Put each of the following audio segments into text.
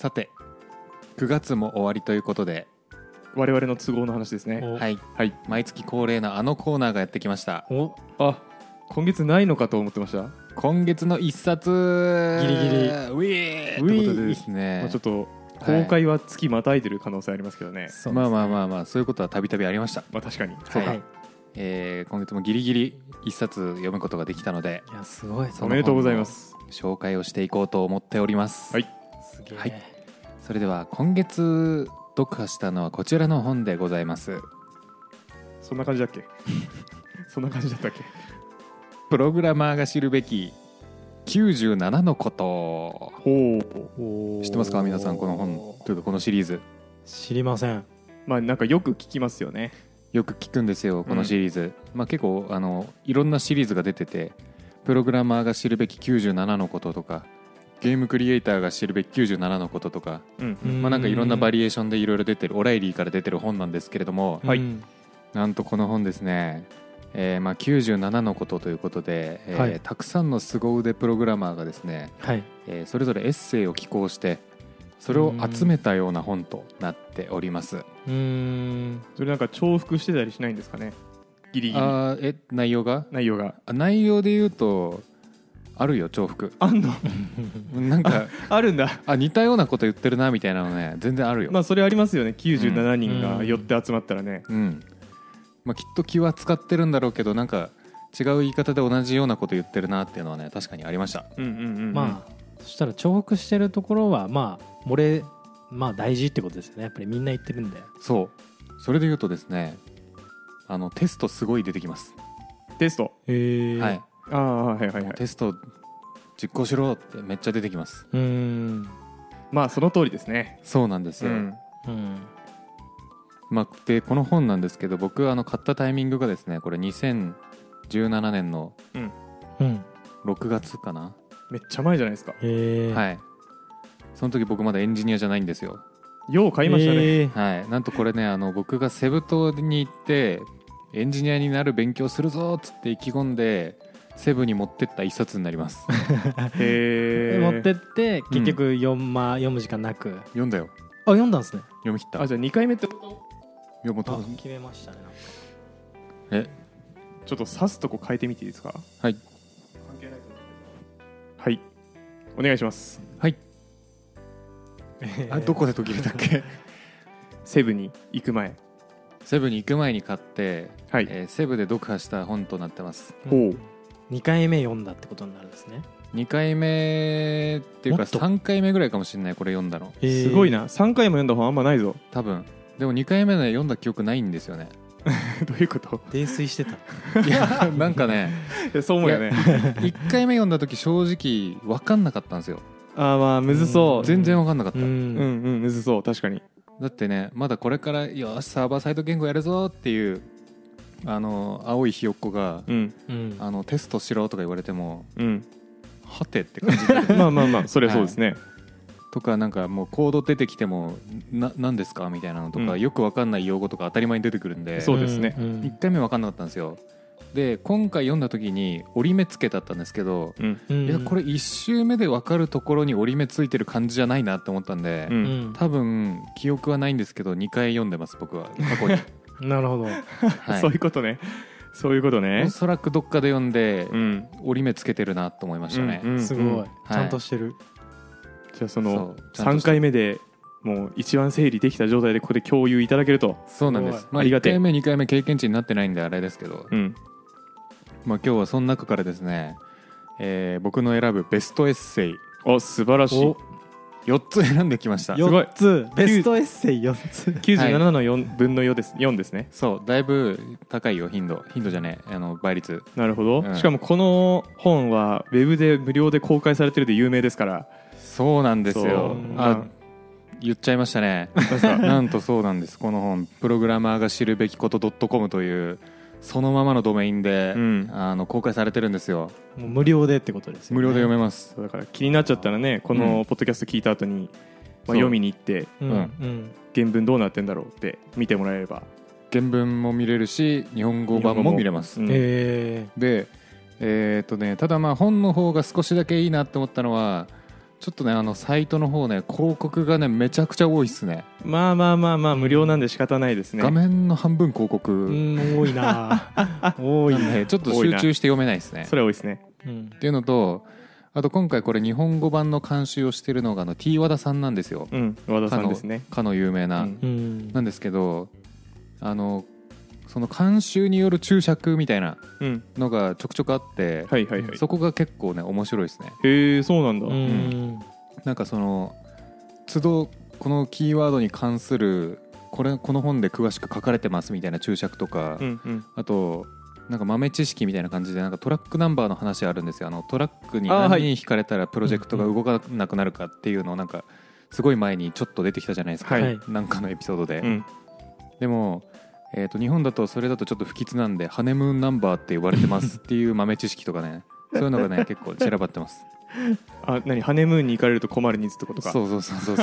さて9月も終わりということで、 我々の都合の話ですね。 はい、はい、毎月恒例のあのコーナーがやってきました。 あ、今月ないのかと思ってました。 今月の一冊ギリギリウィーってことでですね、 ちょっと公開は月またいでる可能性ありますけどね。 まあそういうことはたびたびありました。 確かにそうか、今月もギリギリ一冊読むことができたので、 いやすごい、 おめでとうございます。 紹介をしていこうと思っております。 はい、 すげえ、 はい、それでは今月読破したのはこちらの本でございます。 そんな感じだっけそんな感じだったっけ。 プログラマーが知るべき97のこと。知ってますか皆さん、この本というかこのシリーズ。 知りません。 まあなんかよく聞きますよね。 よく聞くんですよこのシリーズ、結構いろんなシリーズが出てて、プログラマーが知るべき97のこととか、ゲームクリエイターが知るべき97のこととか、なんかいろんなバリエーションでいろいろ出てる、オライリーから出てる本なんですけれども、 はい、 なんとこの本ですね、97のことということで、たくさんの凄腕プログラマーがですね、それぞれエッセイを寄稿してそれを集めたような本となっております。 それなんか重複してたりしないんですかね。ギリギリ。 内容が内容で言うとあるよ、重複あんのなんかあるんだ。 似たようなこと言ってるなみたいなのね、全然あるよ。 まあそれありますよね。97人が寄って集まったらね、 きっと気は使ってるんだろうけど、なんか違う言い方で同じようなこと言ってるなっていうのはね、確かにありました。 まあそしたら重複してるところは大事ってことですよね。やっぱりみんな言ってるんで。 それで言うとですね、テストすごい出てきます。 テスト、 はい、テスト実行しろってめっちゃ出てきます。 まあその通りですね。 そうなんですよ。でこの本なんですけど、僕買ったタイミングがですね、これ2017年の6月かな。 めっちゃ前じゃないですか。 はい、その時僕まだエンジニアじゃないんですよ。 よう買いましたね。 はい、なんとこれね、僕がセブ島に行ってエンジニアになる勉強するぞっつって意気込んでセブに持ってった一冊になります。 持ってって結局読む時間なく読んだよ。 読んだんですね。 読み切った。 じゃあ2回目ってこと。 読むと決めましたね。 ちょっと刺すとこ変えてみていいですか。 はい、 関係ないと思う。はい、お願いします。 はい。どこで途切れたっけセブに行く前に買って、セブで読破した本となってます。 2回目読んだってことになるんですね。 2回目っていうか3回目ぐらいかもしれない、これ読んだの。 すごいな。3回も読んだ本あんまないぞ多分。でも2回目で読んだ記憶ないんですよね。 どういうこと。 泥酔してた。 いやなんかねそう思うよね。 1回目読んだ時正直分かんなかったんですよ。 まあむずそう。 全然分かんなかった。 むずそう。確かに。 だってね、まだこれからよしサーバーサイド言語やるぞっていう青いひよっこが、テストしろとか言われても、はてって感じでまあそれはそうですね。 とか、なんかもうコード出てきても何ですかみたいなのとか、よく分かんない用語とか当たり前に出てくるんで、 そうですね。 1回目分かんなかったんですよ。で今回読んだ時に折り目つけだったんですけど、いやこれ1周目で分かるところに折り目ついてる感じじゃないなって思ったんで、多分記憶はないんですけど2回読んでます僕は過去に。 なるほど、 そういうことね。そういうことね。 おそらくどっかで読んで、折り目つけてるなと思いましたね。 すごい、ちゃんとしてる。 じゃあその3回目でもう一番整理できた状態でここで共有いただけると。 そうなんです。1回目2回目経験値になってないんであれですけど、今日はその中からですね、僕の選ぶベストエッセイ、素晴らしい、4つ選んできました。 4つベストエッセイ4つ 97の4分の4です。4ですね。 そう、だいぶ高いよ。頻度じゃねえ、倍率。 なるほど、しかもこの本はウェブで無料で公開されてるで有名ですから。 そうなんですよ。言っちゃいましたね。なんとそうなんです。この本、プログラマーが知るべきこと .com というそのままのドメインで、公開されてるんですよ。 もう無料でってことですよね。 無料で読めます。 だから気になっちゃったらね、このポッドキャスト聞いた後に、読みに行って、原文どうなってんだろうって見てもらえれば。 原文も見れるし日本語版も見れます。でただ本の方が少しだけいいなって思ったのは、 ちょっとねサイトの方ね広告がねめちゃくちゃ多いっすね。 まあ無料なんで仕方ないですね。 画面の半分広告多いな多いね。 ちょっと集中して読めないですね。 それは多いですね、 っていうのと、あと今回これ日本語版の監修をしてるのがT和田さんなんですよ。 和田さんですね。 かの有名な、なんですけど、その監修による注釈みたいなのがちょくちょくあって、そこが結構ね面白いですね。 へえ、そうなんだ。 なんかその都度このキーワードに関するこの本で詳しく書かれてますみたいな注釈とか、あとなんか豆知識みたいな感じでなんかトラックナンバーの話あるんですよ。トラックに何人引かれたらプロジェクトが動かなくなるかっていうのをなんかすごい前にちょっと出てきたじゃないですか、なんかのエピソードで、でも日本だとそれだとちょっと不吉なんでハネムーンナンバーって言われてますっていう豆知識とかねそういうのがね結構散らばってます。 何ハネムーンに行かれると困るニーズってことか。 そう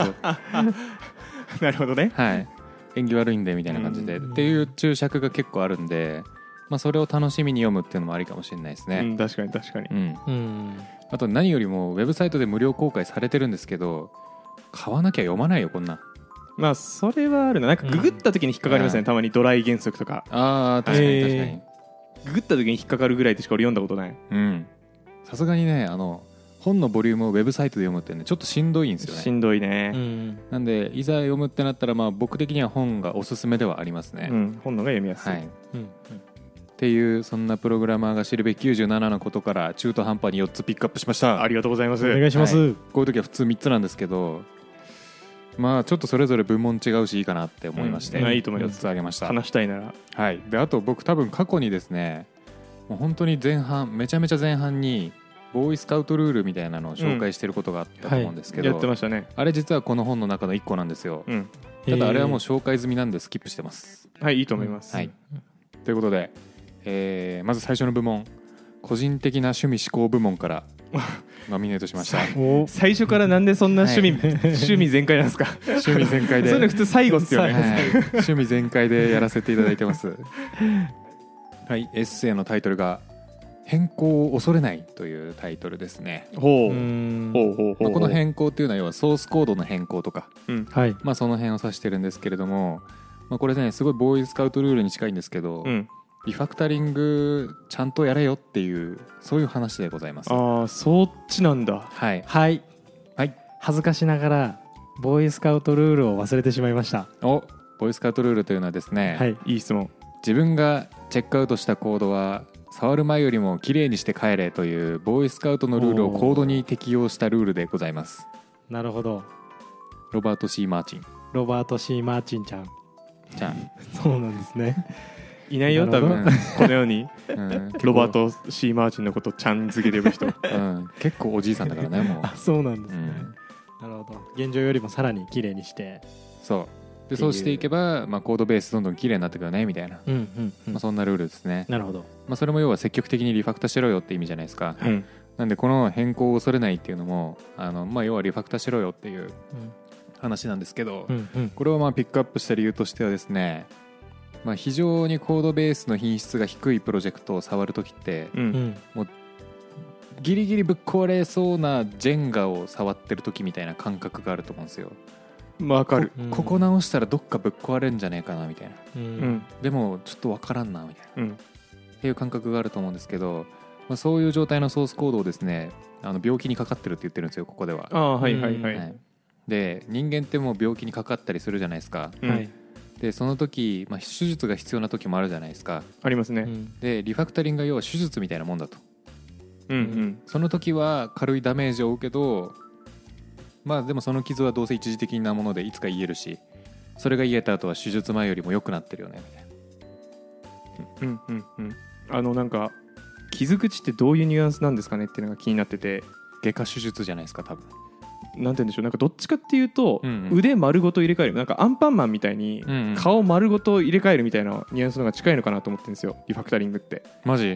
なるほどね。 縁起悪いんでみたいな感じでっていう注釈が結構あるんで、それを楽しみに読むっていうのもありかもしれないですね。 確かに、 あと何よりもウェブサイトで無料公開されてるんですけど買わなきゃ読まないよこんな。 それはあるな。なんかググった時に引っかかりますね、たまにドライ原則とか。 確かにググった時に引っかかるぐらいでしか俺読んだことない。 さすがにね本のボリュームをウェブサイトで読むってねちょっとしんどいんですよね。 しんどいね、 なんでいざ読むってなったら僕的には本がおすすめではありますね、 本のが読みやすい、 っていうそんなプログラマーが知るべき97のことから中途半端に4つピックアップしました。 ありがとうございます。 お願いします、 こういう時は普通3つなんですけどちょっとそれぞれ部門違うしいいかなって思いまして、 いいと思います。 4つあげました。 話したいなら。 であと僕多分過去にですねもう本当にめちゃめちゃ前半にボーイスカウトルールみたいなのを紹介してることがあったと思うんですけど、 やってましたね。 あれ実はこの本の中の1個なんですよ、ただあれはもう紹介済みなんでスキップしてます。 いいと思います、 ということで、まず最初の部門個人的な趣味思考部門からノミネートしました。 最初からなんでそんな趣味全開なんですか。 趣味全開でそういうの普通最後ですよね、 趣味全開でやらせていただいてますエッセイのタイトルが変更を恐れないというタイトルですね。この変更っていうのは要はソースコードの変更とか、その辺を指してるんですけれども、これねすごいボーイスカウトルールに近いんですけど、リファクタリングちゃんとやれよっていうそういう話でございます。 そっちなんだ。 恥ずかしながらボーイスカウトルールを忘れてしまいました。 ボーイスカウトルールというのはですね、 いい質問。 自分がチェックアウトしたコードは触る前よりもきれいにして帰れというボーイスカウトのルールをコードに適用したルールでございます。 なるほど。 ロバート C マーチンちゃんそうなんですね。 いないよ多分、このようにロバート C マーチンのことちゃん付けで呼ぶ人、 結構おじいさんだからねもう。 そうなんですね、なるほど。現状よりもさらに綺麗にして、 そうしていけば、コードベースどんどん綺麗になってくるねみたいな、そんなルールですね。 なるほど。 それも要は積極的にリファクタしろよって意味じゃないですか、なんでこの変更を恐れないっていうのも要はリファクタしろよっていう話なんですけど、これをピックアップした理由としてはですね、非常にコードベースの品質が低いプロジェクトを触るときって、もうギリギリぶっ壊れそうなジェンガを触ってるときみたいな感覚があると思うんですよ。 わかる。 ここ直したらどっかぶっ壊れるんじゃねえかなみたいな、でもちょっとわからんなみたいな、っていう感覚があると思うんですけど、そういう状態のソースコードをですね病気にかかってるって言ってるんですよここでは。で人間ってもう病気にかかったりするじゃないですか、でその時、手術が必要な時もあるじゃないですか。 ありますね、 でリファクタリングが要は手術みたいなもんだと、その時は軽いダメージを負うけど、でもその傷はどうせ一時的なものでいつか癒えるし、それが癒えた後は手術前よりも良くなってるよねみたいな。 なんか傷口ってどういうニュアンスなんですかねっていうのが気になってて。 外科手術じゃないですか多分。 なんて言うんでしょう、なんかどっちかっていうと、腕丸ごと入れ替える、なんかアンパンマンみたいに顔丸ごと入れ替えるみたいなニュアンスのが近いのかなと思ってるんですよリファクタリングって。 マジ？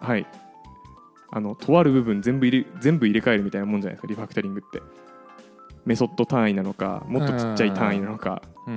とある部分全部入れ替えるみたいなもんじゃないですかリファクタリングって。メソッド単位なのかもっとちっちゃい単位なのか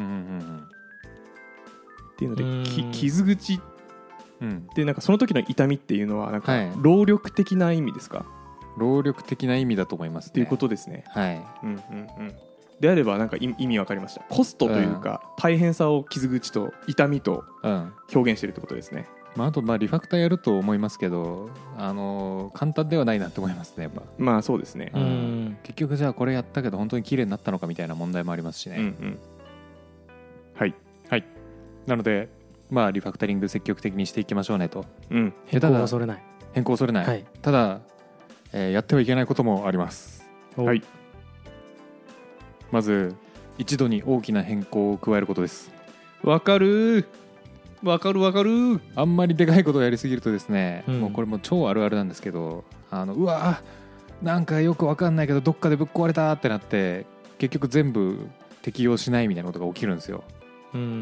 っていうので、傷口ってなんかその時の痛みっていうのはなんか労力的な意味ですか？ 労力的な意味だと思いますね。 っていうことですね。 はい、 うんうんうん、であればなんか意味分かりました。コストというか、大変さを傷口と痛みと表現してるってことですね。 あとリファクターやると思いますけど、簡単ではないなって思いますねやっぱ。 まあそうですね、 結局じゃあこれやったけど本当に綺麗になったのかみたいな問題もありますしね、 うんうん、はいはい。なのでリファクタリング積極的にしていきましょうねと、 変更は恐れない、 はい、ただ、やってはいけないこともあります。 はい。 まず一度に大きな変更を加えることです。 わかるあんまりでかいことをやりすぎるとですね、もうこれも超あるあるなんですけど、うわなんかよくわかんないけどどっかでぶっ壊れたってなって結局全部適用しないみたいなことが起きるんですよ。 なるほ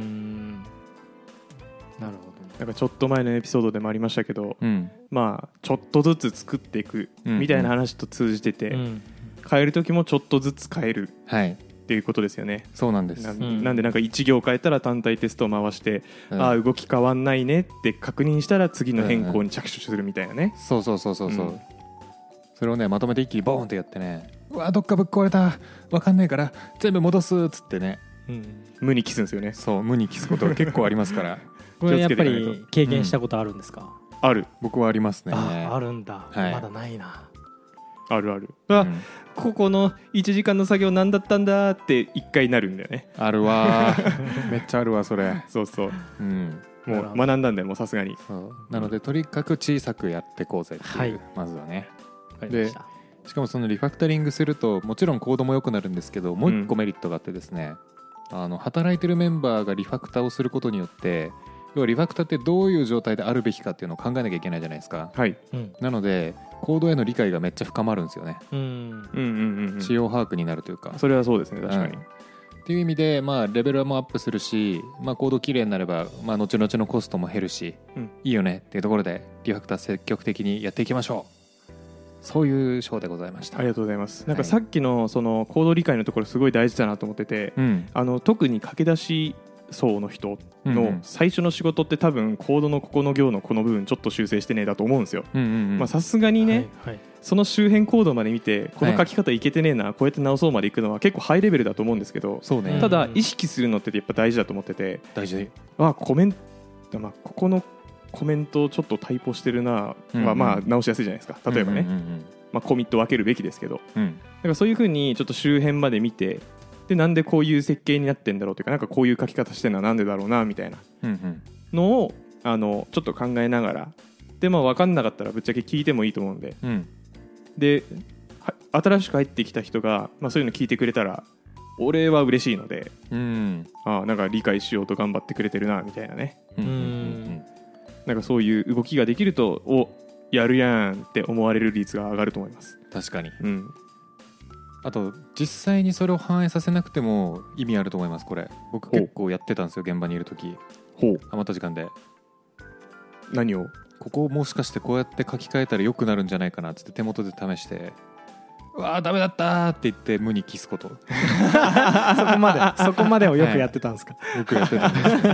ど。 なんかちょっと前のエピソードでもありましたけど、ちょっとずつ作っていくみたいな話と通じてて、変える時もちょっとずつ変える、っていうことですよね。 そうなんです。 なんでなんか1行変えたら単体テストを回して、動き変わんないねって確認したら次の変更に着手するみたいなね、 そう、それをねまとめて一気にボーンってやってね、うわどっかぶっ壊れたわかんないから全部戻すっつってね、 無に帰すんですよね。 そう、無に帰すことが結構ありますからこれやっぱり経験したことあるんですか？ ある。 僕はありますね。 あるんだ、まだないな。 ある。ここの1時間の作業何だったんだって1回なるんだよね。 あるわめっちゃあるわそれ。 そう、もう学んだんだよ、もうさすがに。 なのでとにかく小さくやってこうぜっていう、まずはね。でしかもそのリファクタリングするともちろんコードも良くなるんですけど、もう一個メリットがあってですね、働いてるメンバーがリファクターをすることによって、要はリファクターってどういう状態であるべきかっていうのを考えなきゃいけないじゃないですか。なのでコードへの理解がめっちゃ深まるんですよね。仕様把握になるというか。 それはそうですね、確かに。 っていう意味で、レベルもアップするし、コードきれいになれば、後々のコストも減るし、いいよねっていうところでリファクター積極的にやっていきましょう。そういう章でございました。 ありがとうございます。なんかさっきのそのコード理解のところすごい大事だなと思ってて、特に駆け出し層の人の最初の仕事って多分コードのここの行のこの部分ちょっと修正してねだと思うんですよ。さすがにね、その周辺コードまで見てこの書き方いけてねえな、こうやって直そうまでいくのは結構ハイレベルだと思うんですけど、ただ意識するのってやっぱ大事だと思ってて、コメント、ここのコメントちょっとタイプしてるなは直しやすいじゃないですか。例えばね、コミット分けるべきですけど、だからそういう風にちょっと周辺まで見て、でなんでこういう設計になってんだろうというか、なんかこういう書き方してるのはなんでだろうなみたいなのをちょっと考えながら、で分かんなかったらぶっちゃけ聞いてもいいと思うんで、で新しく入ってきた人が、そういうの聞いてくれたら俺は嬉しいので、なんか理解しようと頑張ってくれてるなみたいなね、なんかそういう動きができるとやるやんって思われる率が上がると思います。 確かに、あと実際にそれを反映させなくても意味あると思います。これ僕結構やってたんですよ、現場にいるとき。余った時間で何を、 ここをもしかしてこうやって書き換えたら良くなるんじゃないかなって手元で試して、うわーダメだったって言って無に帰すことそこまでをよくやってたんですか？ よくやってたん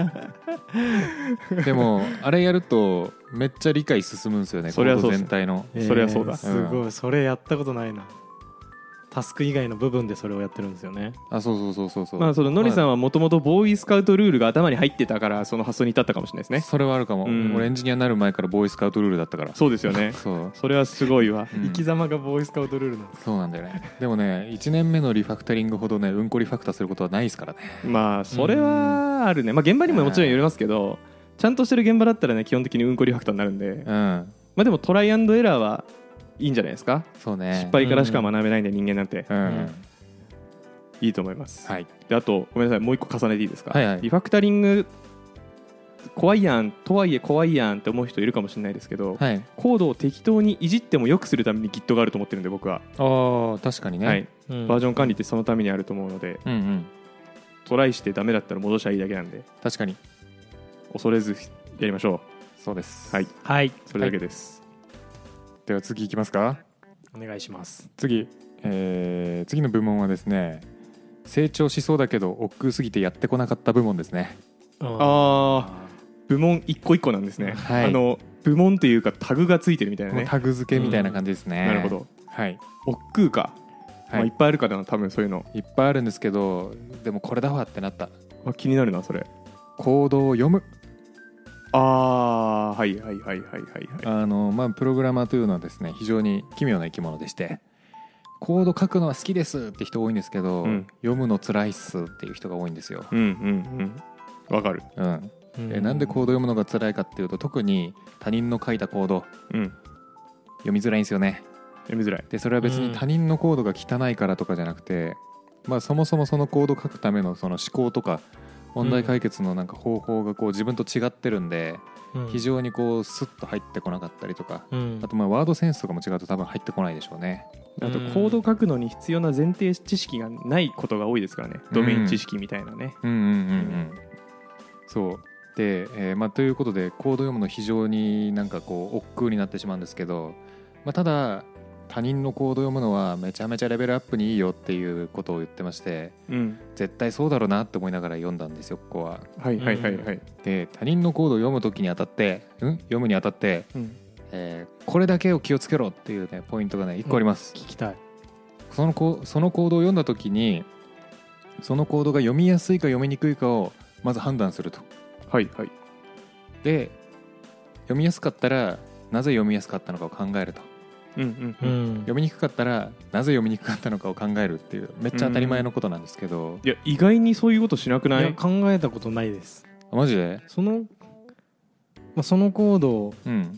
ですでもあれやるとめっちゃ理解進むんですよね、コード全体の。 それはそうだ、 すごい。それやったことないな。タスク以外の部分でそれをやってるんですよね。 そう。そのノリさんはもともとボーイスカウトルールが頭に入ってたから、その発想に至ったかもしれないですね。 それはあるかも、俺エンジニアになる前からボーイスカウトルールだったから。 そうですよねそれはすごいわ、 生き様がボーイスカウトルールなんです。 そうなんだよね。でもね1年目のリファクタリングほどねうんこリファクターすることはないですからね。 それはあるね。現場にももちろんよりますけど、ちゃんとしてる現場だったらね基本的にうんこリファクターになるんで、でもトライアンドエラーはいいんじゃないですか。 そうね、 失敗からしか学べないんで、人間なんて、いいと思います。であとごめんなさい、もう一個重ねていいですか？リファクタリング怖いやんとはいえ怖いやんって思う人いるかもしれないですけど、コードを適当にいじっても良くするために Git があると思ってるんで、僕は。 確かにね、 バージョン管理ってそのためにあると思うので、トライしてダメだったら戻しゃいいだけなんで、 確かに恐れずやりましょう。そうです。 はい、それだけです。 では次いきますか。 お願いします。 次の部門はですね、成長しそうだけど億劫すぎてやってこなかった部門ですね。 部門一個一個なんですね。部門というかタグがついてるみたいなね。 タグ付けみたいな感じですね。 なるほど。 はい、 億劫か、いっぱいあるからな多分そういうのいっぱいあるんですけど、でもこれだわってなった。 気になるなそれ。 コードを読む。 はいはいはいはいはいはい。プログラマーというのはですね、非常に奇妙な生き物でして、コード書くのは好きですって人多いんですけど、読むの辛いっすっていう人が多いんですよ。 わかる。 なんでコード読むのが辛いかっていうと、特に他人の書いたコード、読みづらいんですよね。 読みづらい。 でそれは別に他人のコードが汚いからとかじゃなくて、そもそもそのコード書くためのその思考とか問題解決のなんか方法がこう自分と違ってるんで、非常にこうスッと入ってこなかったりとか、あとワードセンスとかも違うと多分入ってこないでしょうね。 あとコード書くのに必要な前提知識がないことが多いですからね。ドメイン知識みたいなね。 そうで、ということでコード読むの非常になんかこう億劫になってしまうんですけど、ただ他人のコード読むのはめちゃめちゃレベルアップにいいよっていうことを言ってまして、絶対そうだろうなって思いながら読んだんですよ、ここは。で他人のコードを読む時にあたって読むにあたって、これだけを気をつけろっていうねポイントがね1個あります。 聞きたい。 そのコードを読んだ時に、そのコードが読みやすいか読みにくいかをまず判断すると。で読みやすかったらなぜ読みやすかったのかを考えると。読みにくかったらなぜ読みにくかったのかを考えるっていう、めっちゃ当たり前のことなんですけど、 いや意外にそういうことしなくない？ いや考えたことないです。 マジで？ そのコードを、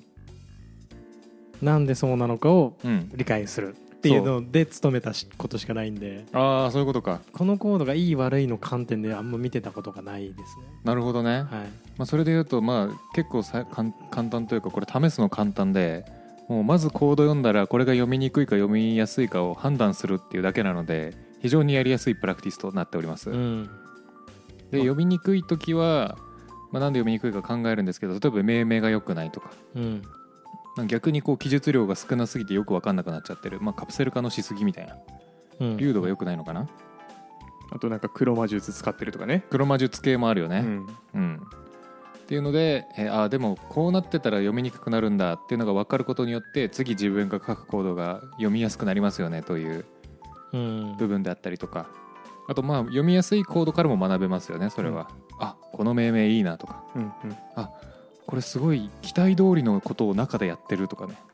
なんでそうなのかを理解するっていうので勤めたことしかないんで。 そういうことか。 このコードがいい悪いの観点であんま見てたことがないですね。 なるほどね。それでいうと結構簡単というか、これ試すの簡単で、もうまずコード読んだらこれが読みにくいか読みやすいかを判断するっていうだけなので、非常にやりやすいプラクティスとなっております。で読みにくい時は、なんで読みにくいか考えるんですけど、例えば命名が良くないとか、逆にこう記述量が少なすぎてよく分かんなくなっちゃってる、カプセル化のしすぎみたいな、流度が良くないのかな。 あとなんか黒魔術使ってるとかね。 黒魔術系もあるよね。っていうので、でもこうなってたら読みにくくなるんだっていうのが分かることによって、次自分が書くコードが読みやすくなりますよねという部分であったりとか、あと読みやすいコードからも学べますよね。それは、この命名いいなとか、これすごい期待通りのことを中でやってるとかね。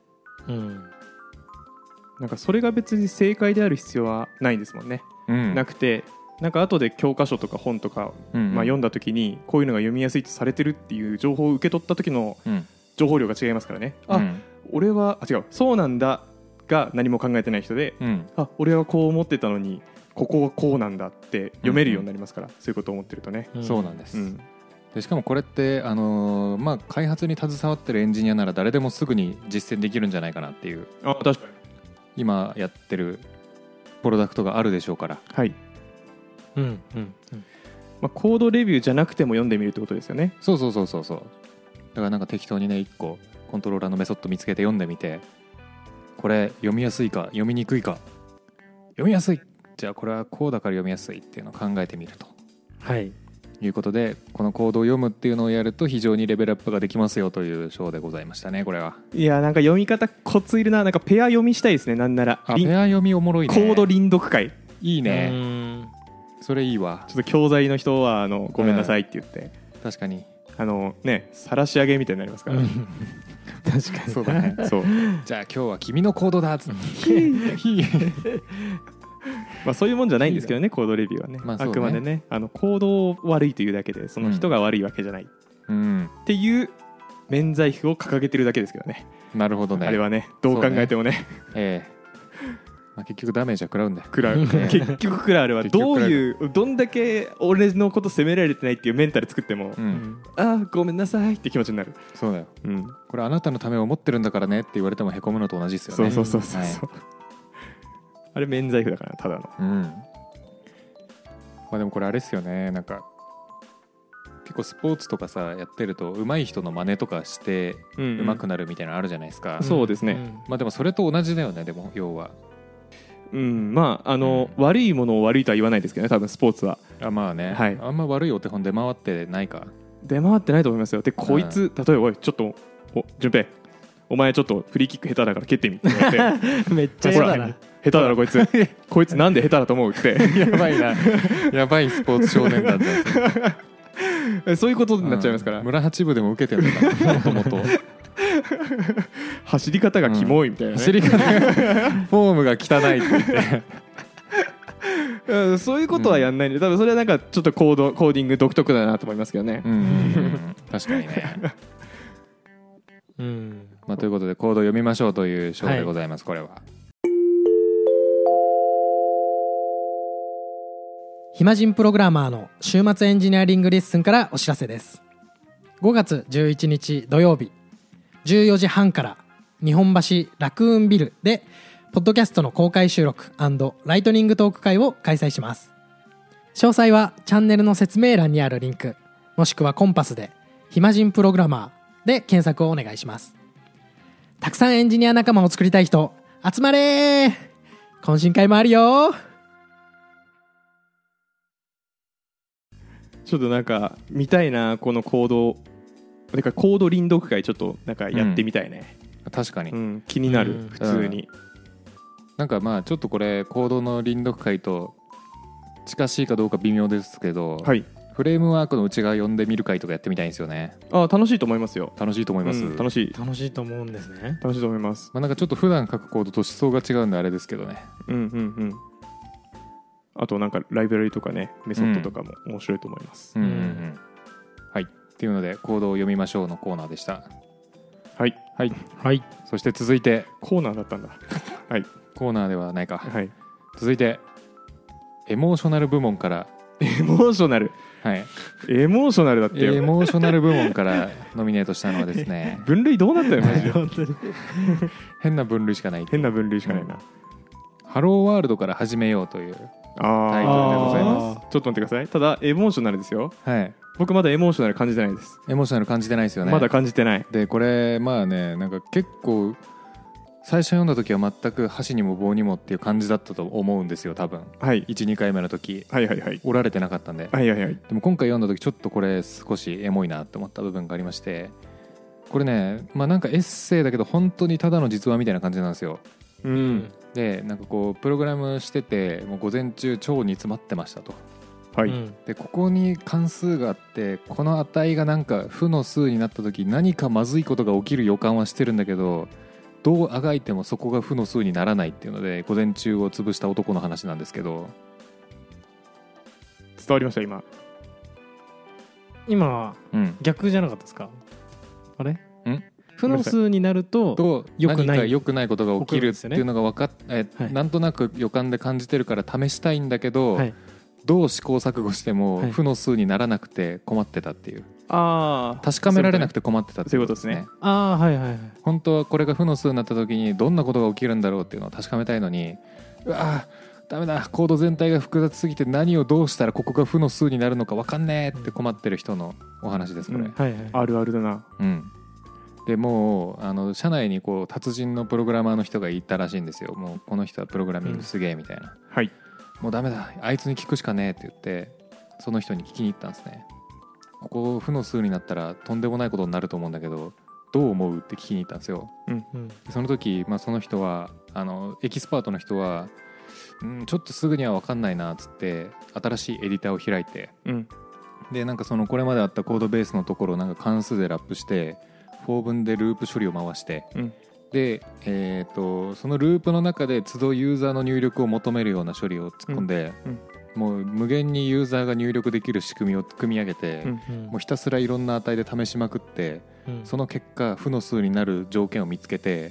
なんかそれが別に正解である必要はないんですもんね。なくて、なんか後で教科書とか本とか、読んだ時にこういうのが読みやすいとされてるっていう情報を受け取った時の情報量が違いますからね。俺は違う、そうなんだが何も考えてない人で、俺はこう思ってたのにここはこうなんだって読めるようになりますから、そういうことを思ってるとね。 そうなんです。でしかもこれって、開発に携わってるエンジニアなら誰でもすぐに実践できるんじゃないかなっていう。 確かに今やってるプロダクトがあるでしょうから。 コードレビューじゃなくても読んでみるってことですよね。 そうだからなんか適当にね1個コントローラーのメソッド見つけて読んでみて、これ読みやすいか読みにくいか、読みやすい、じゃあこれはこうだから読みやすいっていうのを考えてみるということで、このコードを読むっていうのをやると非常にレベルアップができますよという章でございましたね。これは。 いや、なんか読み方コツいるな。なんかペア読みしたいですね。なんならペア読みおもろいね。 コード輪読会いいね。それいいわ。 ちょっと教材の人はごめんなさいって言って、 確かに晒し上げみたいになりますから。 確かにそうだね。そうじゃあ今日は君のコードだっつってそういうもんじゃないんですけどね、コードレビューはね。あくまでね、コード悪いというだけでその人が悪いわけじゃない、っていう免罪符を掲げてるだけですけどね。 なるほどね。 あれはね、どう考えてもね、 結局ダメージは食らうんだよ。 結局食らう。あれはどんだけ俺のこと責められてないっていうメンタル作っても、ごめんなさいって気持ちになる。 そうだよ、これあなたのためを思ってるんだからねって言われてもへこむのと同じですよね。 そうあれ免罪符だから、ただの。 でもこれあれですよね。なんか結構スポーツとかさやってると上手い人の真似とかして上手くなるみたいなのあるじゃないですか。 そうですね。 でもそれと同じだよね。でも要は悪いものを悪いとは言わないですけどね、多分スポーツは。 あんま悪いお手本出回ってないか。 出回ってないと思いますよ。でこいつ、例えば、おいちょっと順平お前ちょっとフリーキック下手だから蹴ってみって言われてめっちゃ嫌だな。 下手だろこいつこいつなんで下手だと思うってやばいなやばいスポーツ少年だった。 そういうことになっちゃいますから、 村八部でも受けてるのかなもともと走り方がキモいみたいな、ね、 走り方がフォームが汚いって言ってそういうことはやんないんで、多分それはなんかちょっとコーディング独特だなと思いますけどね。 確かにねうんまあ、ということでコードを読みましょうという章でございます、これは。 暇人プログラマーの週末エンジニアリングレッスンからお知らせです。5月11日土曜日14時半から日本橋ラクーンビルでポッドキャストの公開収録&ライトニングトーク会を開催します。詳細はチャンネルの説明欄にあるリンクもしくはコンパスで暇人プログラマーで検索をお願いします。たくさんエンジニア仲間を作りたい人集まれー。懇親会もあるよ。 ちょっとなんか見たいな、このコード臨読会ちょっとなんかやってみたいね、 確かに、 気になる、普通に、 なんかまあちょっとこれコードの臨読会と近しいかどうか微妙ですけど、 はい、 フレームワークの内側読んでみる会とかやってみたいんですよね。 楽しいと思いますよ。 楽しいと思います、 楽しいと思うんですね。 楽しいと思います。 まあ、なんかちょっと普段書くコードと思想が違うんであれですけどね。 あとなんかライブラリとかね、メソッドとかも面白いと思います。 はい、っていうのでコードを読みましょうのコーナーでした。 はいはいはい。 そして続いてコーナーだったんだはい、 コーナーではないか、 はい、 続いてエモーショナル部門からエモーショナル、 はい、 エモーショナルだってよ。 エモーショナル部門からノミネートしたのはですね分類どうなったよマジで本当に変な分類しかない。 変な分類しかないな、 ハローワールドから始めようというタイトルでございます。 ちょっと待ってください。ただエモーショナルですよ。 はい、 僕まだエモーショナル感じてないです。 エモーショナル感じてないですよね。 まだ感じてない。 でこれまあね、なんか結構最初読んだ時は全く箸にも棒にもっていう感じだったと思うんですよ、多分。 はい、 1、2回目の時、折られてなかったんで、 でも今回読んだ時ちょっとこれ少しエモいなって思った部分がありまして、これね、まあなんかエッセイだけど本当にただの実話みたいな感じなんですよ。でなんかこうプログラムしててもう午前中超煮詰まってましたと。でここに関数があって、この値がなんか負の数になった時何かまずいことが起きる予感はしてるんだけど、どうあがいてもそこが負の数にならないっていうので午前中を潰した男の話なんですけど、 伝わりました？ 今、逆じゃなかったですか？あれ？負の数になると何か良くないことが起きるっていうのが分かっ、なんとなく予感で感じてるから試したいんだけど、どう試行錯誤しても負の数にならなくて困ってたっていう、確かめられなくて困ってたっていうことですね。本当はこれが負の数になった時にどんなことが起きるんだろうっていうのを確かめたいのに、うわダメだ、コード全体が複雑すぎて何をどうしたらここが負の数になるのか分かんねえって困ってる人のお話ですこれ。 あるあるだな。 でもう社内にこう達人のプログラマーの人がいたらしいんですよ。もうこの人はプログラミングすげえみたいな、もうダメだ、あいつに聞くしかねえって言ってその人に聞きに行ったんですね。ここ負の数になったらとんでもないことになると思うんだけどどう思うって聞きに行ったんですよ。その時、その人はエキスパートの人は、ちょっとすぐには分かんないなっつって新しいエディターを開いて、でなんかそのこれまであったコードベースのところをなんか関数でラップしてフォー分でループ処理を回して、で、そのループの中で都度ユーザーの入力を求めるような処理を突っ込んで、もう無限にユーザーが入力できる仕組みを組み上げて、もうひたすらいろんな値で試しまくって、その結果負の数になる条件を見つけて、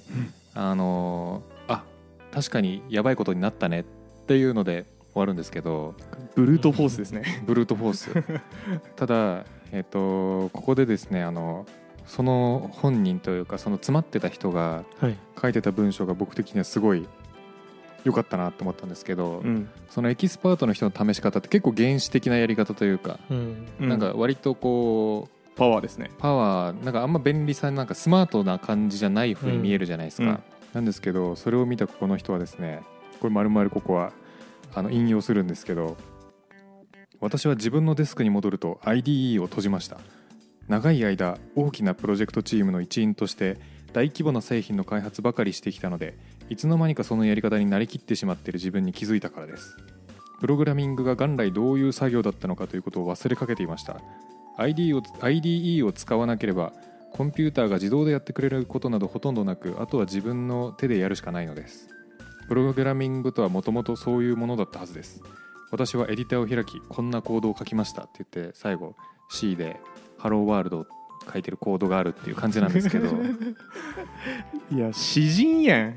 確かにやばいことになったねっていうので終わるんですけど、 ブルートフォースですね。 ブルートフォースただ、ここでですねその本人というかその詰まってた人が書いてた文章が僕的にはすごい良かったなと思ったんですけど、そのエキスパートの人の試し方って結構原始的なやり方というか、なんか割とこうパワーですね。 パワーなんかあんま便利さなんかスマートな感じじゃない風に見えるじゃないですか、なんですけどそれを見たこの人はですね、これ丸々ここは引用するんですけど、私は自分のデスクに戻ると IDE を閉じました。長い間大きなプロジェクトチームの一員として大規模な製品の開発ばかりしてきたので、いつの間にかそのやり方になりきってしまっている自分に気づいたからです。プログラミングが元来どういう作業だったのかということを忘れかけていました。 IDE を使わなければコンピューターが自動でやってくれることなどほとんどなく、あとは自分の手でやるしかないのです。プログラミングとはもともとそういうものだったはずです。私はエディターを開き、こんなコードを書きましたって言って、最後 C でハローワールドを書いてるコードがあるっていう感じなんですけどいや詩人やん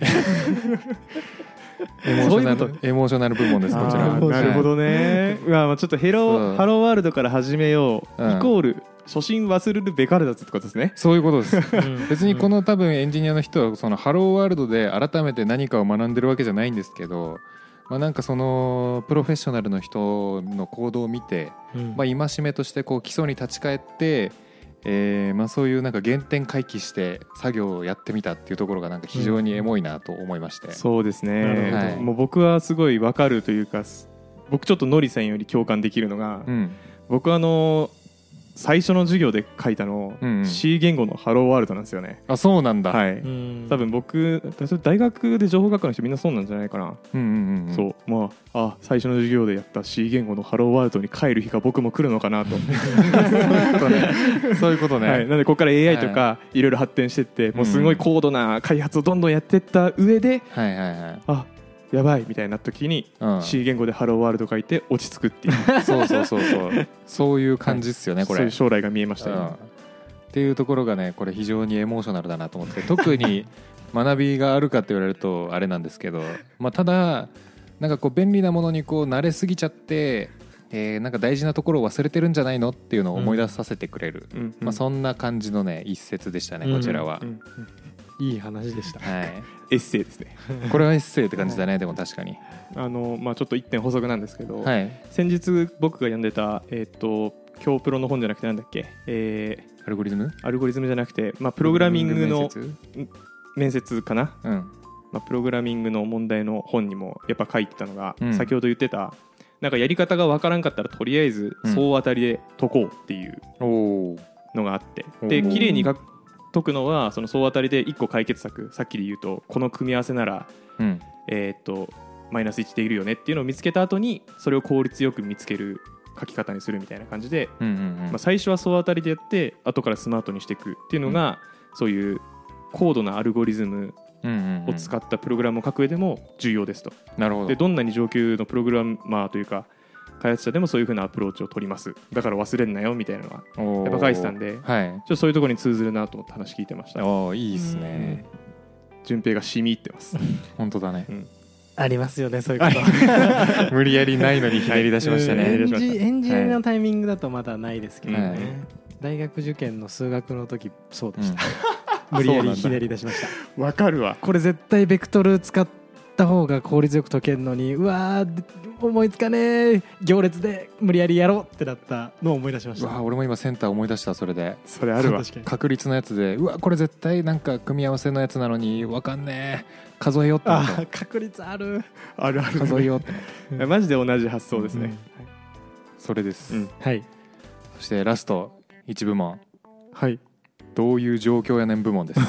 エモーショナル部門です、こちらは。 なるほどね、まあちょっとハローワールドから始めよう、イコール初心忘れるべからずってことですね。 そういうことです別にこの多分エンジニアの人はそのハローワールドで改めて何かを学んでるわけじゃないんですけど、なんかそのプロフェッショナルの人の行動を見て、戒めとしてこう基礎に立ち返って、そういうなんか原点回帰して作業をやってみたっていうところがなんか非常にエモいなと思いまして、 そうですね、もう僕はすごい分かるというか、僕ちょっとノリさんより共感できるのが、僕最初の授業で書いたの、C 言語のハローワールドなんですよね。 あ、そうなんだ。 はい。多分僕大学で情報学科の人みんなそうなんじゃないかな。そう、最初の授業でやった C 言語のハローワールドに帰る日が僕も来るのかなとそういうことね。 はい、なのでここから AI とかいろいろ発展していって、もうすごい高度な開発をどんどんやっていった上で、やばいみたいな時に C 言語でハローワールド書いて落ち着くっていうそういう感じっすよね、これ。 そういう将来が見えましたよ、 っていうところがね、これ非常にエモーショナルだなと思って、特に学びがあるかって言われるとあれなんですけど、ただなんかこう便利なものにこう慣れすぎちゃって、なんか大事なところを忘れてるんじゃないのっていうのを思い出させてくれる、そんな感じのね一節でしたね、こちらは。 いい話でした、 エッセイですねこれはエッセイって感じだね。でも確かにちょっと一点補足なんですけど、先日僕が読んでた京プロの本じゃなくてなんだっけ、 アルゴリズムじゃなくて、プログラミングの面接かな、プログラミングの問題の本にもやっぱ書いてたのが、先ほど言ってたなんかやり方がわからんかったらとりあえず総当たりで解こうっていうのがあって、で綺麗に解くのはその総当たりで1個解決策、さっきで言うとこの組み合わせなら、マイナス1できるよねっていうのを見つけた後にそれを効率よく見つける書き方にするみたいな感じで、最初は総当たりでやって後からスマートにしていくっていうのが、そういう高度なアルゴリズムを使ったプログラムを書く上でも重要ですと。 なるほど。 でどんなに上級のプログラマーというか開発者でもそういう風なアプローチを取ります、だから忘れんなよみたいなのはやっぱ書いてたんで、ちょっとそういうところに通ずるなと思って話聞いてました。 いいですね。 順平が染み入ってます本当だね、 ありますよね、そういうこと無理やりないのにひねり出しましたね。 エンジニアのタイミングだとまだないですけどね、大学受験の数学の時そうでした、無理やりひねり出しました。 わかるわ。 これ絶対ベクトル使った方が効率よく解けるのに、うわー思いつかねえ、行列で無理やりやろうってなったのを思い出しました。 うわ、俺も今センター思い出した。それでそれあるわ。 確率のやつで、うわこれ絶対なんか組み合わせのやつなのに分かんねえ、数えようって思った。 確率ある数えようってマジで同じ発想ですね、 それです、 はい。 そしてラスト1部門、 どういう状況やねん部門です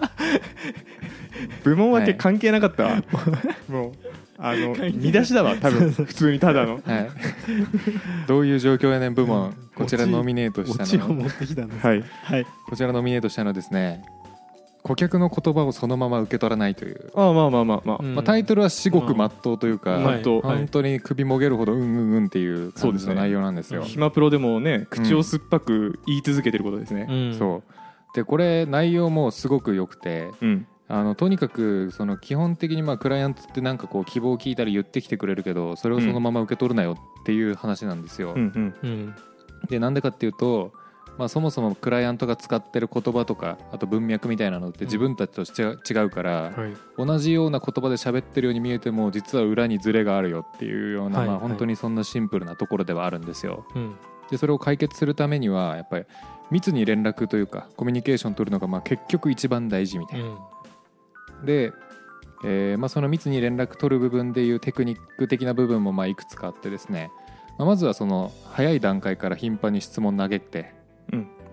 部門分け関係なかったわ、もう見出しだわ多分普通にただの、 どういう状況やねん部門、こちらノミネートしたの持ってきたんです、 こちらノミネートしたのはですね、顧客の言葉をそのまま受け取らないという。タイトルは至極真っ当というか、本当に首もげるほどうんっていう感じの内容なんですよ。 暇プロでもね、口を酸っぱく言い続けてることですね。 そうで、これ内容もすごく良くて、とにかくその基本的にクライアントってなんかこう希望を聞いたら言ってきてくれるけど、それをそのまま受け取るなよっていう話なんですよ。でなんでかっていうと、そもそもクライアントが使ってる言葉とか、あと文脈みたいなのって自分たちと違うから、同じような言葉で喋ってるように見えても実は裏にズレがあるよっていうような、本当にそんなシンプルなところではあるんですよ。でそれを解決するためにはやっぱり密に連絡というかコミュニケーション取るのが結局一番大事みたいな、で、その密に連絡取る部分でいうテクニック的な部分もいくつかあってですね、まずはその早い段階から頻繁に質問投げて、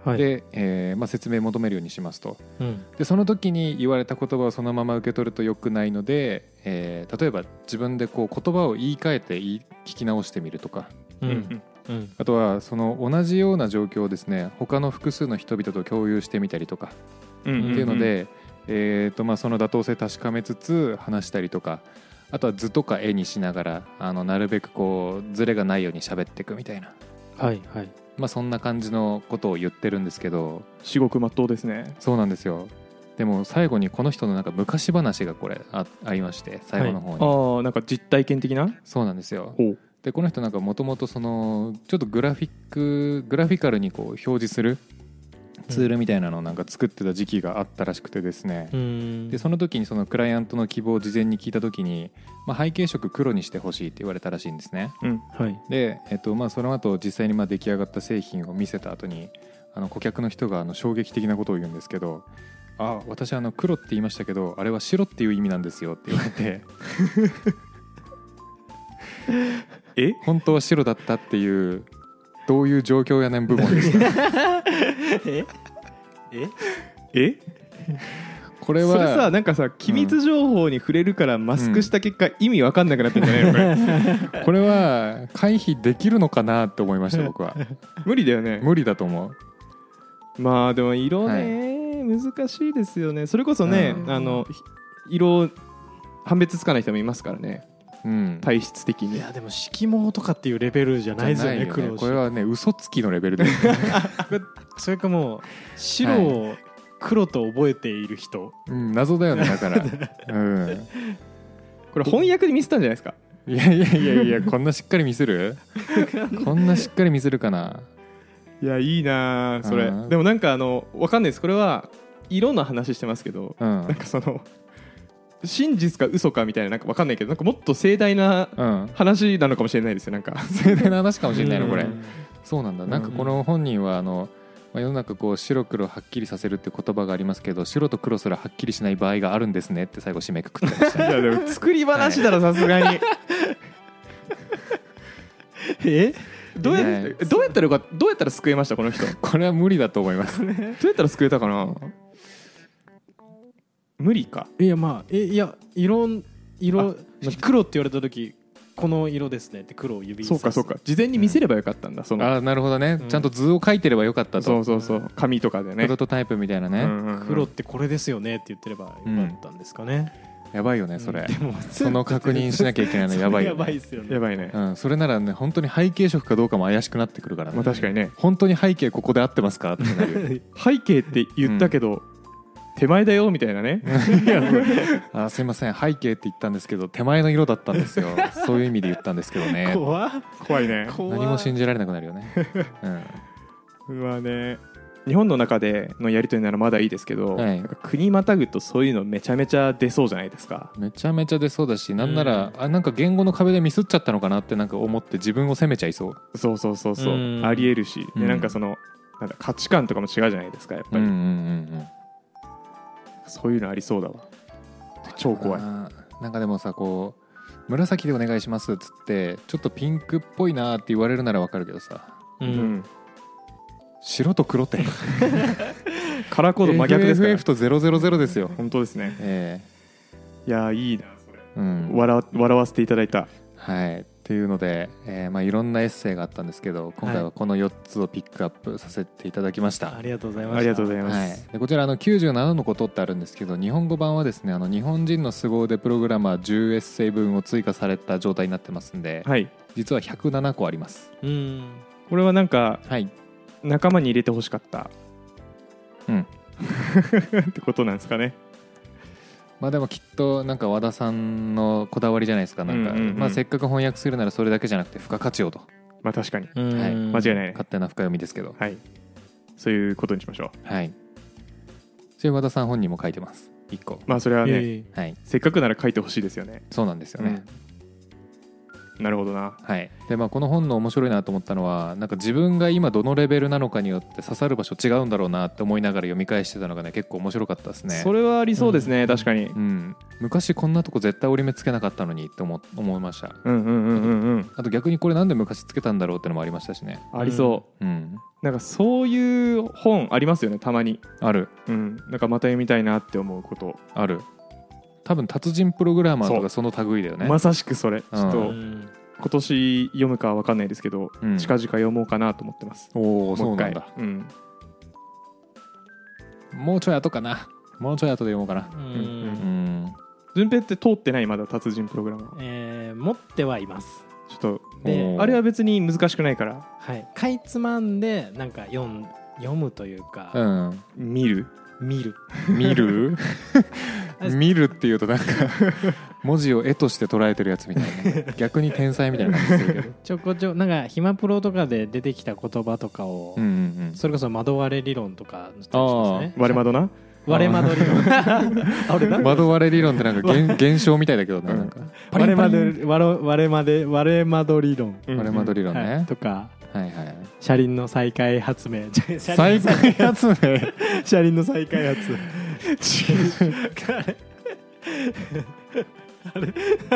はい、 で、説明求めるようにしますと、でその時に言われた言葉をそのまま受け取ると良くないので、例えば自分でこう言葉を言い換えて聞き直してみるとか、あとはその同じような状況をですね他の複数の人々と共有してみたりとか、っていうので、その妥当性確かめつつ話したりとか、あとは図とか絵にしながらなるべくこうズレがないように喋っていくみたいな、 はいはい、 そんな感じのことを言ってるんですけど、 至極まっとうですね。 そうなんですよ。でも最後にこの人のなんか昔話がこれ ありまして、最後の方に、 なんか実体験的な。 そうなんですよ。でこの人なんかもともとそのちょっとグラフィカルにこう表示するツールみたいなのをなんか作ってた時期があったらしくてですね、でその時にそのクライアントの希望を事前に聞いた時に、背景色黒にしてほしいって言われたらしいんですね、で、その後実際に出来上がった製品を見せた後に顧客の人が衝撃的なことを言うんですけど、私黒って言いましたけどあれは白っていう意味なんですよって言われて本当は白だったっていう、どういう状況やねん部門でしたこれはそれさ、なんかさ機密情報に触れるからマスクした結果、意味わかんなくなってるんじゃないのこれは回避できるのかなって思いました僕は。 無理だよね。 無理だと思う。 でも色ね、難しいですよね。それこそね、色判別つかない人もいますからね、体質的に。 いやでも色毛とかっていうレベルじゃないですよね。黒これはね嘘つきのレベルでそれかもう白を黒と覚えている人、 謎だよねだから、 これ翻訳で見せたんじゃないですか。 いやこんなしっかり見せるこんなしっかり見せるかな。 いやいいなそれ。でもなんかわかんないです。これは色の話してますけど、なんかその真実か嘘かみたいな、なんか分かんないけど、なんかもっと盛大な話なのかもしれないですよ。なんか盛大な話かもしれないのこれ。そうなんだ。なんかこの本人は世の中こう白黒はっきりさせるって言葉がありますけど、白と黒すらはっきりしない場合があるんですねって最後締めくくってました。 いやでも作り話だろさすがに。どうやったら救えましたこの人。 これは無理だと思います。 どうやったら救えたかな。無理か。 いや色黒って言われた時この色ですねって黒を指さす。 そうか事前に見せればよかったんだ。 なるほどね、ちゃんと図を描いてればよかったと。 そう紙とかでね、 プロトタイプみたいなね、 黒ってこれですよねって言ってればよかったんですかね。 やばいよねそれ、でもその確認しなきゃいけないのやばいよね。 やばいですよね。 やばいね、 それならね本当に背景色かどうかも怪しくなってくるからね。 確かにね、 本当に背景ここで合ってますかってなる。 背景って言ったけど、手前だよみたいなね。 すいません背景って言ったんですけど手前の色だったんですよ。そういう意味で言ったんですけどね。 怖いね。 何も信じられなくなるよね。 ね、日本の中でのやり取りならまだいいですけど、なんか国またぐとそういうのめちゃめちゃ出そうじゃないですか。 めちゃめちゃ出そうだし、なんならなんか言語の壁でミスっちゃったのかなってなんか思って自分を責めちゃいそう。 そうありえるし、でなんかそのなんだ価値観とかも違うじゃないですかやっぱり。そういうのありそうだわ。超怖い。 なんかでもさこう紫でお願いしますっつってちょっとピンクっぽいなって言われるならわかるけどさ、白と黒ってカラーコード真逆ですから。 FFF と000ですよ。 本当ですね。いやいいなそれ、笑わせていただいた。 っていうので、いろんなエッセイがあったんですけど、今回はこの4つをピックアップさせていただきました。 ありがとうございます。でこちら97のことってあるんですけど、日本語版はですね日本人の凄腕プログラマー10エッセイ分を追加された状態になってますんで、実は107個あります。 これはなんか、仲間に入れてほしかったってことなんですかね。 でもきっとなんか和田さんのこだわりじゃないですか。なんかせっかく翻訳するならそれだけじゃなくて付加価値をと。 確かに、間違いないね。 勝手な深読みですけど、 そういうことにしましょう。 それ和田さん本人も書いてます1個。 それはね、せっかくなら書いてほしいですよね。 そうなんですよね。 なるほどな。 はい。でこの本の面白いなと思ったのは、なんか自分が今どのレベルなのかによって刺さる場所違うんだろうなって思いながら読み返してたのがね、結構面白かったですね。 それはありそうですね、確かに。 昔こんなとこ絶対折り目つけなかったのにって思いました。あと逆にこれなんで昔つけたんだろうってのもありましたしね。 ありそう。なんかそういう本ありますよね、たまに。 ある。 なんかまた読みたいなって思うことある。多分達人プログラマーとかその類だよね。 まさしくそれ。ちょっと今年読むかは分かんないですけど、近々読もうかなと思ってます。 おお、そうなんだ。もうちょい後かな。もうちょい後で読もうかな。 順平って通ってないまだ達人プログラマー。 持ってはいます。 ちょっとあれは別に難しくないから、 はい、かいつまんでなんか読むというか、 見る見るっていうとなんか文字を絵として捉えてるやつみたいな、逆に天才みたいな感じするけどちょこちょなんかひまプロとかで出てきた言葉とかを、それこそ窓割れ理論とかのね、割れ窓な割れ窓理論窓割れ理論ってなんか現象みたいだけどね、なんか割れ窓理論割れ窓理論ねとか、車輪の再開発明再開発明車輪の再開発あれ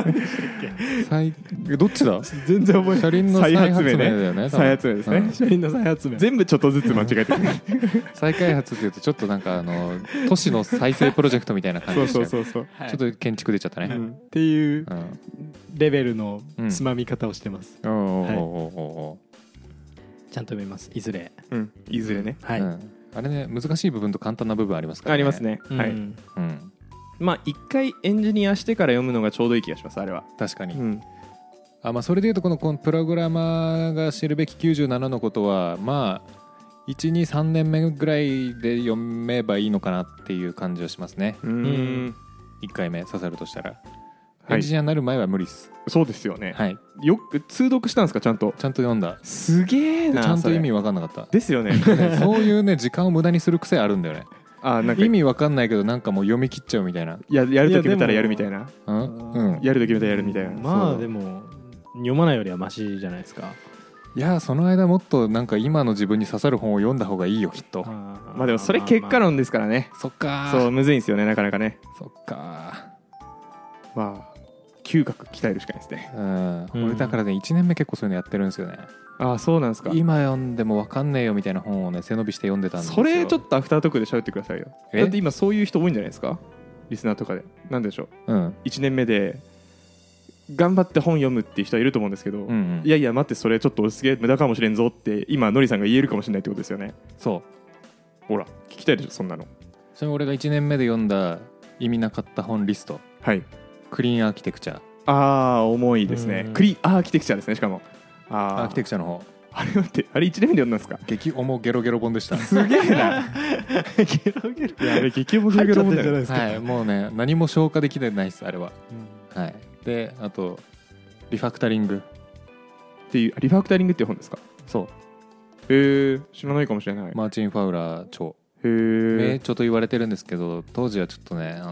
どっちだ全然覚えない。 車輪の再発明だよね。 再発明ですね。 車輪の再発明全部ちょっとずつ間違えてる再開発っていうとちょっとなんか都市の再生プロジェクトみたいな感じでそうちょっと建築出ちゃったね、 っていうレベルのつまみ方をしてます。ちゃんと読みます、いずれ。 いずれね。 あれね、難しい部分と簡単な部分ありますからね。 ありますね。はい。まあ一回エンジニアしてから読むのがちょうどいい気がします、あれは。 確かに。それでいうとこのプログラマーが知るべき97のことはまあ 1,2,3 年目ぐらいで読めばいいのかなっていう感じはしますね。1回目刺さるとしたら、エンジニアになる前は無理です。 そうですよね。よく通読したんですか？ちゃんと読んだ。 すげえな。 ちゃんと意味分かんなかった。 ですよね。 そういうね時間を無駄にする癖あるんだよね。なんか意味わかんないけどなんかもう読み切っちゃうみたいな。 やると決めたらやるみたいな。やると決めたらやるみたいな。 まあでも読まないよりはマシじゃないですか。 いやその間もっとなんか今の自分に刺さる本を読んだ方がいいよきっと。 まあでもそれ結果論ですからね。 そっか。 そうむずいんですよね、なかなかね。 そっか。 まあ嗅覚鍛えるしかないですね。 俺だからね1年目結構そういうのやってるんですよね。 あ、そうなんですか。 今読んでも分かんねえよみたいな本をね背伸びして読んでたんですよ。 それちょっとアフタートークで喋ってくださいよ。だって今そういう人多いんじゃないですか、リスナーとかで。なんでしょう、1年目で頑張って本読むっていう人はいると思うんですけど、いやいや待って、それちょっとすげえ無駄かもしれんぞって今のりさんが言えるかもしれないってことですよね。 そうほら聞きたいでしょそんなの。 それ俺が1年目で読んだ意味なかった本リスト。クリーンアーキテクチャ。 重いですね。クリーンアーキテクチャですね。しかもアーキテクチャの方。 あれ待って、あれ1年目で読んだんですか？ 激重ゲロゲロ本でした。 すげえな。ゲロゲロ。いやあれ激重ゲロゲロ本じゃないですか。 はい、もうね何も消化できてないですあれは。はい。であとリファクタリングっていう、リファクタリングっていう本ですか？ そう。 知らないかもしれない。 マーチン・ファウラー著。名著と言われてるんですけど、当時はちょっとね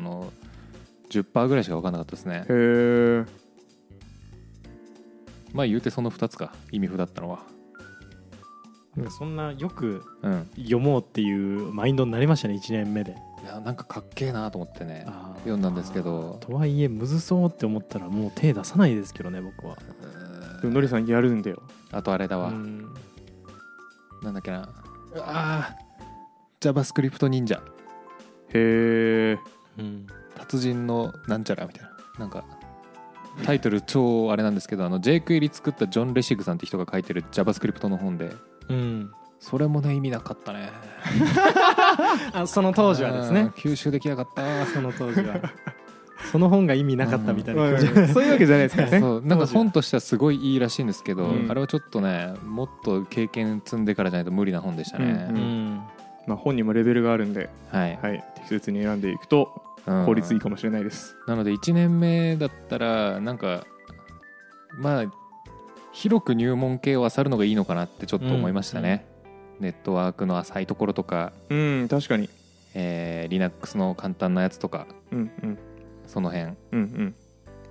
10% ぐらいしか分かんなかったですね。まあ言うてその2つか、意味不だったのは。 そんなよく読もうっていうマインドになりましたね、1年目で。 いやなんかかっけえなと思ってね読んだんですけど、 とはいえむずそうって思ったらもう手出さないですけどね僕は。 でものりさんやるんだよ。 あとあれだわ、なんだっけな、JavaScript 忍者。 へえ。 達人のなんちゃらみたいな、なんかタイトル超あれなんですけど、jQuery 作ったジョン・レシグさんって人が書いてる JavaScript の本で、それもね意味なかったね。 その当時はですね。 吸収できなかった。 その当時はその本が意味なかったみたいな、 そういうわけじゃないですかね。 そうなんか本としてはすごいいいらしいんですけど、あれはちょっとねもっと経験積んでからじゃないと無理な本でしたね。 まあ本にもレベルがあるんで、適切に選んでいくと効率いいかもしれないです。 なので1年目だったらなんかまあ広く入門系を漁るのがいいのかなってちょっと思いましたね。ネットワークの浅いところとか、 確かに、 Linux の簡単なやつとか、その辺、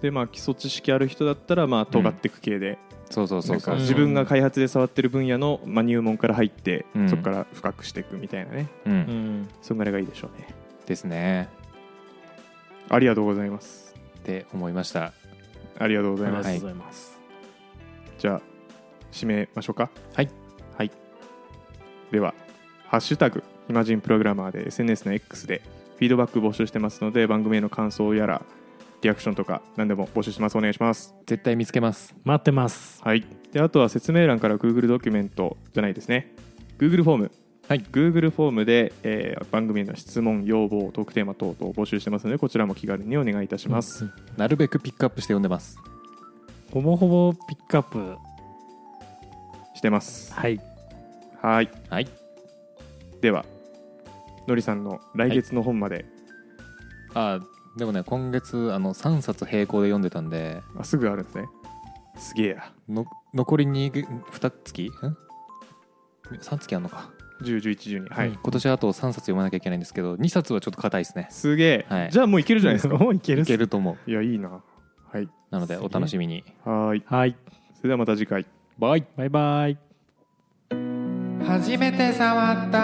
で基礎知識ある人だったら尖っていく系で、 そう自分が開発で触ってる分野の入門から入って、そこから深くしていくみたいなね、そんぐらいがいいでしょうね。 ですね。 ありがとうございますって思いました。 ありがとうございます。 ありがとうございます。 じゃあ締めましょうか。 はい、 はい、ではハッシュタグ暇人プログラマーで SNS の X でフィードバック募集してますので、番組への感想やらリアクションとか何でも募集してます。お願いします。 絶対見つけます。 待ってます。 はい。であとは説明欄から Google ドキュメントじゃないですね、 Google フォーム、はい、Google フォームで、番組への質問、要望、トークテーマ等々募集してますので、こちらも気軽にお願いいたします。 なるべくピックアップして読んでます。 ほぼほぼピックアップしてます。 はいはい、 はい、 ではのりさんの来月の本まで、 はい、でもね今月3冊並行で読んでたんで、 すぐあるんですね。すげえや。 残り2月3月あるのか、 10、11、12、はい、 今年あと3冊読まなきゃいけないんですけど、2冊はちょっと硬いですね。 すげえ、 はい、 じゃあもういけるじゃないですか。 もういけると思う。 いやいいな。はい、 なのでお楽しみに。 はい、それではまた次回。 バイバイ。 初めて触った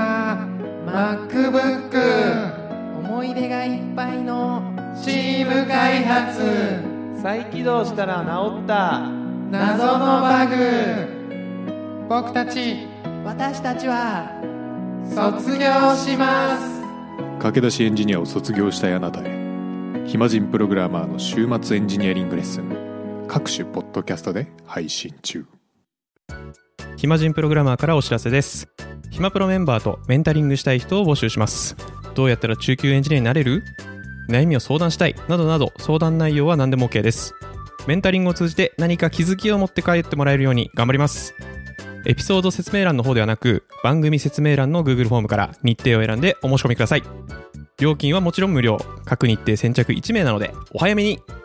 MacBook、 思い出がいっぱいのチーム開発、 再起動したら治った謎のバグ、私たちは卒業します。 駆け出しエンジニアを卒業したいあなたへ、暇人プログラマーの週末エンジニアリングレッスン、各種ポッドキャストで配信中。 暇人プログラマーからお知らせです。暇プロメンバーとメンタリングしたい人を募集します。どうやったら中級エンジニアになれる？悩みを相談したいなどなど、相談内容は何でも OK です。メンタリングを通じて何か気づきを持って帰ってもらえるように頑張ります。エピソード説明欄の方ではなく、番組説明欄の Google フォームから日程を選んでお申し込みください。料金はもちろん無料、各日程先着1名なのでお早めに。